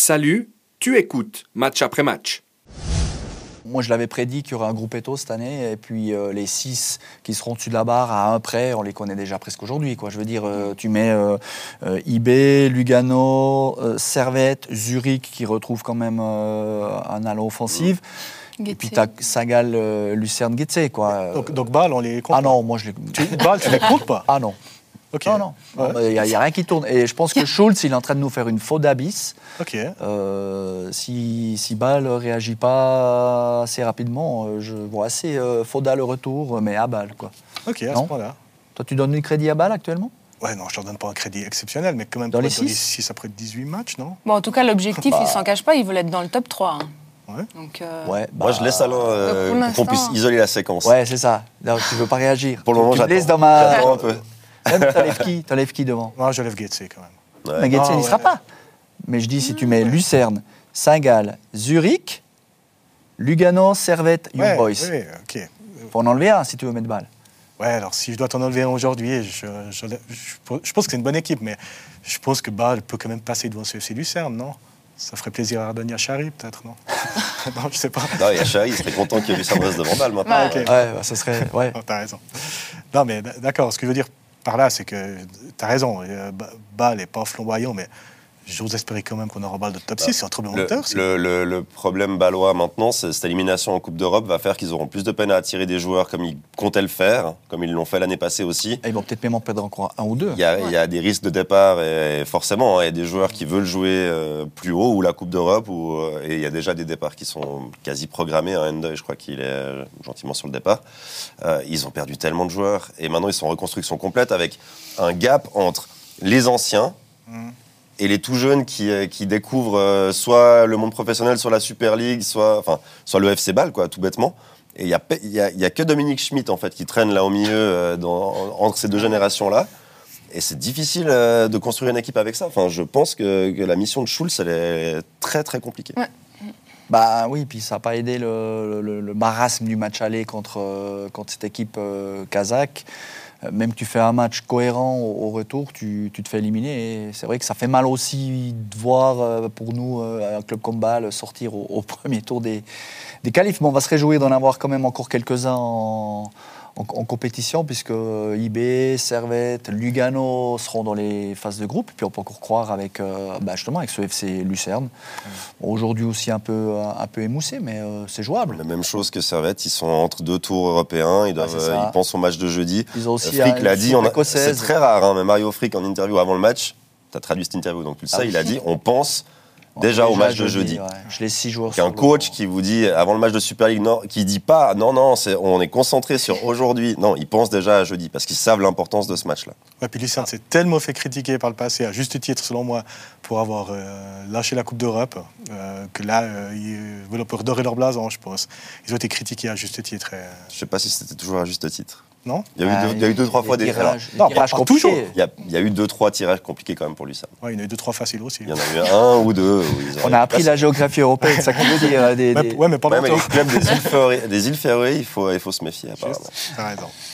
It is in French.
Salut, tu écoutes match après match. Moi, je l'avais prédit qu'il y aurait un gruppetto cette année, et puis les 6 qui seront dessus de la barre à un près, on les connaît déjà presque aujourd'hui, quoi. Je veux dire, tu mets IB, Lugano, Servette, Zurich qui retrouve quand même un allant offensif. Et puis tu as Sagal, Lucerne, Getse, quoi. Donc Bâle, on les compte. Ah non, moi je les. Bâle, tu les comptes pas? Ah non. Okay. Non. Il n'y a rien qui tourne. Et je pense que Schultz, il est en train de nous faire une faute d'abysse. Okay. Si Bâle ne réagit pas assez rapidement, je vois assez Fauda le retour, mais à Bâle, quoi. Ok, à ce point-là. Toi, tu donnes du crédit à Bâle actuellement? Ouais, non, je ne leur donne pas un crédit exceptionnel, mais quand même dans les 6 après 18 matchs, non? Bon, en tout cas, l'objectif, il ne s'en cache pas, ils veulent être dans le top 3. Hein. Ouais. Donc, moi, je laisse Alain pour qu'on puisse isoler la séquence. Ouais, c'est ça. Là, tu ne veux pas réagir. Pour le moment, tu laisses dans ma... J'attends un peu. T'enlèves qui devant? Moi, je lève Getse quand même. Ouais. Mais Getse, il n'y sera pas. Mais je dis, si tu mets Lucerne, Saint-Gall, Zurich, Lugano, Servette, Young Boys. Oui, ok. Faut en enlever un si tu veux mettre Bâle. Ouais, alors si je dois t'en enlever un aujourd'hui, je pense que c'est une bonne équipe, mais je pense que Bâle peut quand même passer devant CFC Lucerne, non? Ça ferait plaisir à Ardoni Achari, peut-être, non? Non, je sais pas. Non, Achari, il serait content que Lucerne reste devant Bâle maintenant. Okay. Ouais, ça serait... Ouais. Oh, t'as raison. Non, mais d'accord, ce que je veux dire par là, c'est que t'as raison, Bâle n'est pas flamboyant, mais j'ose espérer quand même qu'on aura Bâle de top 6, c'est un tremblement de terre. Le problème bâlois maintenant, c'est cette élimination en Coupe d'Europe va faire qu'ils auront plus de peine à attirer des joueurs comme ils comptaient le faire, comme ils l'ont fait l'année passée aussi. Et ils vont peut-être même en perdre encore un ou deux. Il y a des risques de départ, et forcément, il y a des joueurs qui veulent jouer plus haut, ou la Coupe d'Europe, et il y a déjà des départs qui sont quasi programmés. Endeuil, je crois qu'il est gentiment sur le départ. Ils ont perdu tellement de joueurs, et maintenant ils sont en reconstruction complète avec un gap entre les anciens et les tout jeunes qui découvrent soit le monde professionnel, soit la Super League, soit le FC Bâle, quoi, tout bêtement. Et il y a que Dominique Schmitt, en fait, qui traîne là au milieu, entre ces deux générations-là. Et c'est difficile de construire une équipe avec ça. Enfin, je pense que la mission de Schultz, elle est très, très compliquée. Ouais. Bah oui, puis ça n'a pas aidé le marasme du match aller contre cette équipe kazakh. Même que tu fais un match cohérent au retour, tu te fais éliminer. Et c'est vrai que ça fait mal aussi de voir, pour nous, un club comme Bâle sortir au premier tour des qualifs. Mais on va se réjouir d'en avoir quand même encore quelques-uns en compétition, puisque IB, Servette, Lugano seront dans les phases de groupe. Puis on peut encore croire avec, justement avec ce FC Lucerne. Bon, aujourd'hui aussi un peu émoussé, mais c'est jouable. La même chose que Servette, ils sont entre deux tours européens, ils pensent au match de jeudi. Ils ont aussi Frick l'a dit, c'est très rare, hein, mais Mario Frick en interview avant le match, tu as traduit cette interview, donc tu le sais, il a dit on pense déjà au match de jeudi. Ouais. Je laisse 6 joueurs. Il y a un coach qui vous dit, avant le match de Super League, qui dit pas, on est concentré sur aujourd'hui. Non, ils pensent déjà à jeudi, parce qu'ils savent l'importance de ce match-là. Ouais, puis Lucerne s'est tellement fait critiquer par le passé, à juste titre, selon moi, pour avoir lâché la Coupe d'Europe, que là, ils veulent redorer leur blason, je pense. Ils ont été critiqués à juste titre. Je ne sais pas si c'était toujours à juste titre. Non, il y a eu 2-3 fois des tirages. Non, pas toujours. Il y a eu 2-3 tirages compliqués quand même pour Lucerne. Ouais, il y en a eu 2-3 faciles aussi. Il y en a eu un ou deux. On a appris la géographie européenne, ça veut dire. Ouais, mais pas longtemps. Les clubs des îles Féroé, il faut se méfier, apparemment. T'as raison.